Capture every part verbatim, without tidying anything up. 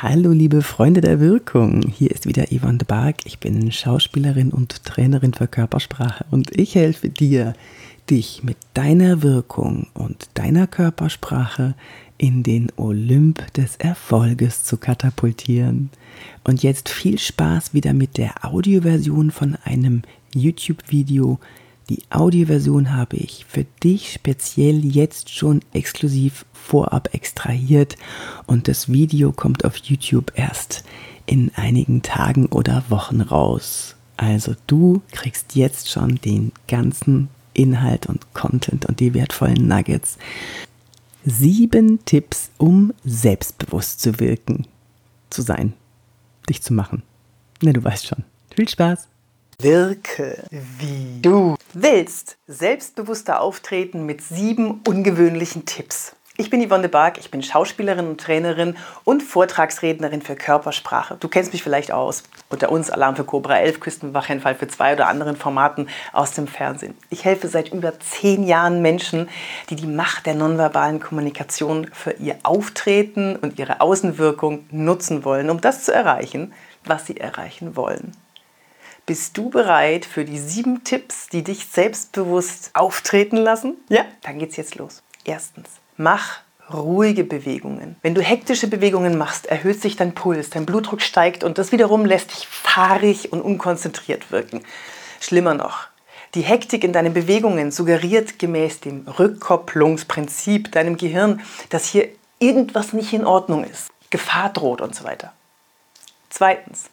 Hallo liebe Freunde der Wirkung, hier ist wieder Yvonne de Barg. Ich bin Schauspielerin und Trainerin für Körpersprache und ich helfe dir, dich mit deiner Wirkung und deiner Körpersprache in den Olymp des Erfolges zu katapultieren. Und jetzt viel Spaß wieder mit der Audioversion von einem YouTube-Video. Die Audioversion habe ich für dich speziell jetzt schon exklusiv vorab extrahiert und das Video kommt auf YouTube erst in einigen Tagen oder Wochen raus. Also du kriegst jetzt schon den ganzen Inhalt und Content und die wertvollen Nuggets. Sieben Tipps, um selbstbewusst zu wirken, zu sein, dich zu machen. Na, du weißt schon. Viel Spaß! Wirke, wie du willst. Selbstbewusster auftreten mit sieben ungewöhnlichen Tipps. Ich bin Yvonne de Barg, ich bin Schauspielerin und Trainerin und Vortragsrednerin für Körpersprache. Du kennst mich vielleicht aus. Unter uns Alarm für Cobra elf, Küstenwachentfall für zwei oder anderen Formaten aus dem Fernsehen. Ich helfe seit über zehn Jahren Menschen, die die Macht der nonverbalen Kommunikation für ihr Auftreten und ihre Außenwirkung nutzen wollen, um das zu erreichen, was sie erreichen wollen. Bist du bereit für die sieben Tipps, die dich selbstbewusst auftreten lassen? Ja? Dann geht's jetzt los. Erstens, mach ruhige Bewegungen. Wenn du hektische Bewegungen machst, erhöht sich dein Puls, dein Blutdruck steigt und das wiederum lässt dich fahrig und unkonzentriert wirken. Schlimmer noch, die Hektik in deinen Bewegungen suggeriert gemäß dem Rückkopplungsprinzip deinem Gehirn, dass hier irgendwas nicht in Ordnung ist, Gefahr droht und so weiter. Zweitens,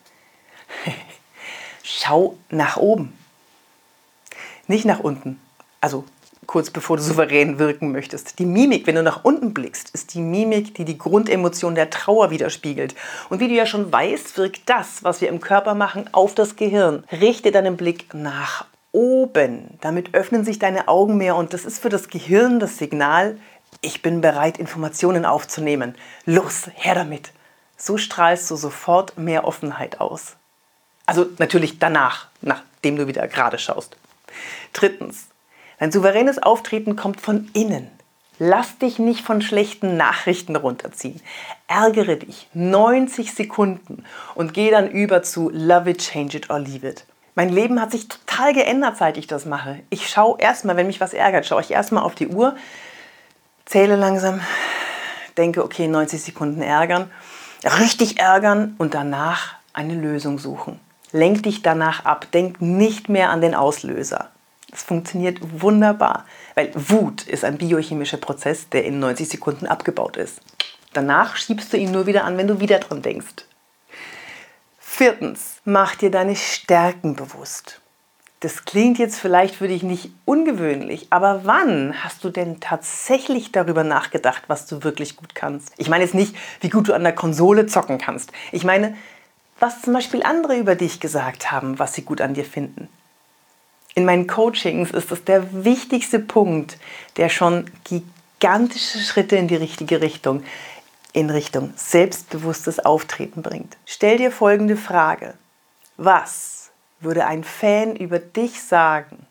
schau nach oben, nicht nach unten, also kurz bevor du souverän wirken möchtest. Die Mimik, wenn du nach unten blickst, ist die Mimik, die die Grundemotion der Trauer widerspiegelt. Und wie du ja schon weißt, wirkt das, was wir im Körper machen, auf das Gehirn. Richte deinen Blick nach oben, damit öffnen sich deine Augen mehr und das ist für das Gehirn das Signal, ich bin bereit, Informationen aufzunehmen. Los, her damit. So strahlst du sofort mehr Offenheit aus. Also natürlich danach, nachdem du wieder gerade schaust. Drittens, dein souveränes Auftreten kommt von innen. Lass dich nicht von schlechten Nachrichten runterziehen. Ärgere dich neunzig Sekunden und geh dann über zu Love it, change it or leave it. Mein Leben hat sich total geändert, seit ich das mache. Ich schaue erstmal, wenn mich was ärgert, schaue ich erstmal auf die Uhr, zähle langsam, denke, okay, neunzig Sekunden ärgern, richtig ärgern und danach eine Lösung suchen. Lenk dich danach ab, denk nicht mehr an den Auslöser. Das funktioniert wunderbar, weil Wut ist ein biochemischer Prozess, der in neunzig Sekunden abgebaut ist. Danach schiebst du ihn nur wieder an, wenn du wieder dran denkst. Viertens, mach dir deine Stärken bewusst. Das klingt jetzt vielleicht für dich nicht ungewöhnlich, aber wann hast du denn tatsächlich darüber nachgedacht, was du wirklich gut kannst? Ich meine jetzt nicht, wie gut du an der Konsole zocken kannst. Ich meine, was zum Beispiel andere über dich gesagt haben, was sie gut an dir finden. In meinen Coachings ist es der wichtigste Punkt, der schon gigantische Schritte in die richtige Richtung, in Richtung selbstbewusstes Auftreten bringt. Stell dir folgende Frage. Was würde ein Fan über dich sagen?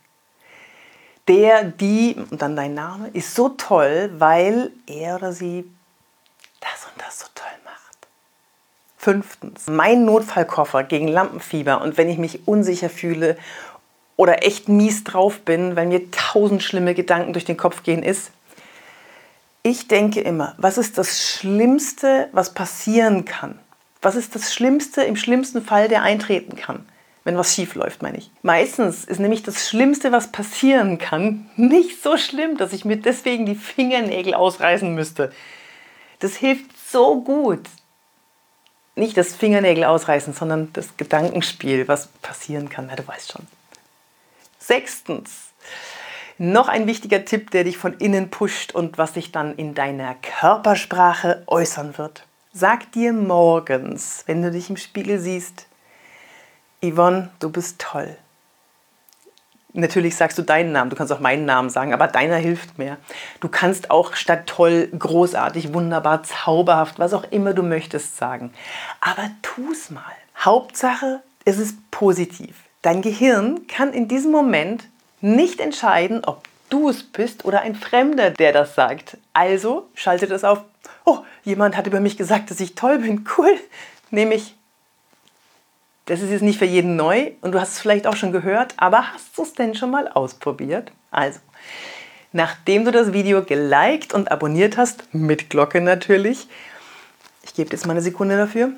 Der, die, und dann dein Name, ist so toll, weil er oder sie das und das so toll macht. Fünftens, mein Notfallkoffer gegen Lampenfieber und wenn ich mich unsicher fühle oder echt mies drauf bin, weil mir tausend schlimme Gedanken durch den Kopf gehen, ist, ich denke immer, was ist das Schlimmste, was passieren kann? Was ist das Schlimmste im schlimmsten Fall, der eintreten kann? Wenn was schief läuft, meine ich. Meistens ist nämlich das Schlimmste, was passieren kann, nicht so schlimm, dass ich mir deswegen die Fingernägel ausreißen müsste. Das hilft so gut. Nicht das Fingernägel ausreißen, sondern das Gedankenspiel, was passieren kann. Na, du weißt schon. Sechstens, noch ein wichtiger Tipp, der dich von innen pusht und was sich dann in deiner Körpersprache äußern wird. Sag dir morgens, wenn du dich im Spiegel siehst, Yvonne, du bist toll. Natürlich sagst du deinen Namen, du kannst auch meinen Namen sagen, aber deiner hilft mehr. Du kannst auch statt toll, großartig, wunderbar, zauberhaft, was auch immer du möchtest sagen. Aber tu's mal. Hauptsache, es ist positiv. Dein Gehirn kann in diesem Moment nicht entscheiden, ob du es bist oder ein Fremder, der das sagt. Also schalte das auf oh, jemand hat über mich gesagt, dass ich toll bin, cool, nehme ich. Das ist jetzt nicht für jeden neu und du hast es vielleicht auch schon gehört, aber hast du es denn schon mal ausprobiert? Also, nachdem du das Video geliked und abonniert hast, mit Glocke natürlich, ich gebe jetzt mal eine Sekunde dafür.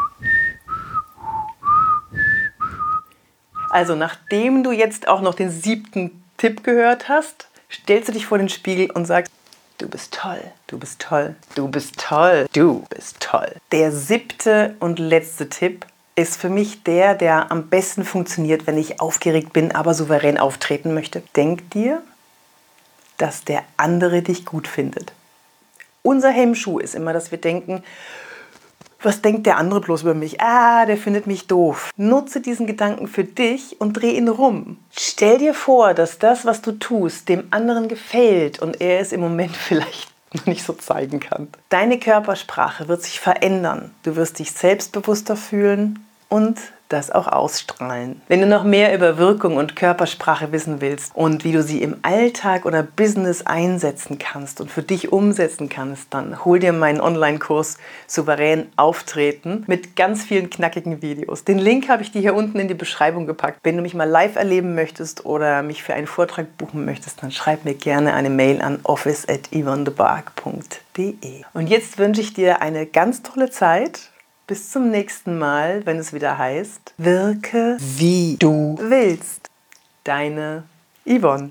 Also, nachdem du jetzt auch noch den siebten Tipp gehört hast, stellst du dich vor den Spiegel und sagst, du bist toll, du bist toll, du bist toll, du bist toll. Der siebte und letzte Tipp ist für mich der, der am besten funktioniert, wenn ich aufgeregt bin, aber souverän auftreten möchte. Denk dir, dass der andere dich gut findet. Unser Hemmschuh ist immer, dass wir denken, was denkt der andere bloß über mich? Ah, der findet mich doof. Nutze diesen Gedanken für dich und dreh ihn rum. Stell dir vor, dass das, was du tust, dem anderen gefällt und er es im Moment vielleicht noch nicht so zeigen kann. Deine Körpersprache wird sich verändern. Du wirst dich selbstbewusster fühlen und das auch ausstrahlen. Wenn du noch mehr über Wirkung und Körpersprache wissen willst und wie du sie im Alltag oder Business einsetzen kannst und für dich umsetzen kannst, dann hol dir meinen Online-Kurs Souverän Auftreten mit ganz vielen knackigen Videos. Den Link habe ich dir hier unten in die Beschreibung gepackt. Wenn du mich mal live erleben möchtest oder mich für einen Vortrag buchen möchtest, dann schreib mir gerne eine Mail an office at yvonne de barg punkt de. Und jetzt wünsche ich dir eine ganz tolle Zeit. Bis zum nächsten Mal, wenn es wieder heißt, wirke wie du willst. Deine Yvonne.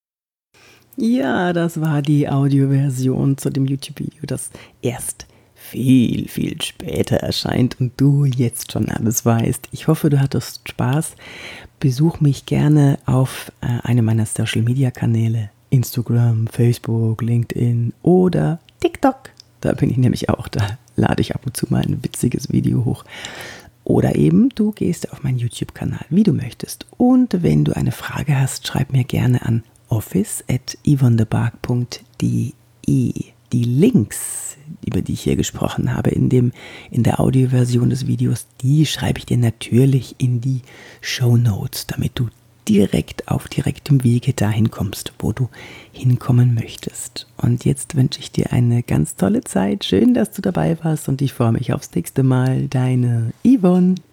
Ja, das war die Audioversion zu dem YouTube-Video, das erst viel, viel später erscheint und du jetzt schon alles weißt. Ich hoffe, du hattest Spaß. Besuch mich gerne auf äh, einem meiner Social-Media-Kanäle, Instagram, Facebook, LinkedIn oder TikTok. Da bin ich nämlich auch, da lade ich ab und zu mal ein witziges Video hoch. Oder eben, du gehst auf meinen YouTube-Kanal, wie du möchtest. Und wenn du eine Frage hast, schreib mir gerne an office at yvonne de barg punkt de. Die Links, über die ich hier gesprochen habe, in, dem, in der Audioversion des Videos, die schreibe ich dir natürlich in die Shownotes, damit du direkt auf direktem Wege dahin kommst, wo du hinkommen möchtest. Und jetzt wünsche ich dir eine ganz tolle Zeit. Schön, dass du dabei warst und ich freue mich aufs nächste Mal. Deine Yvonne.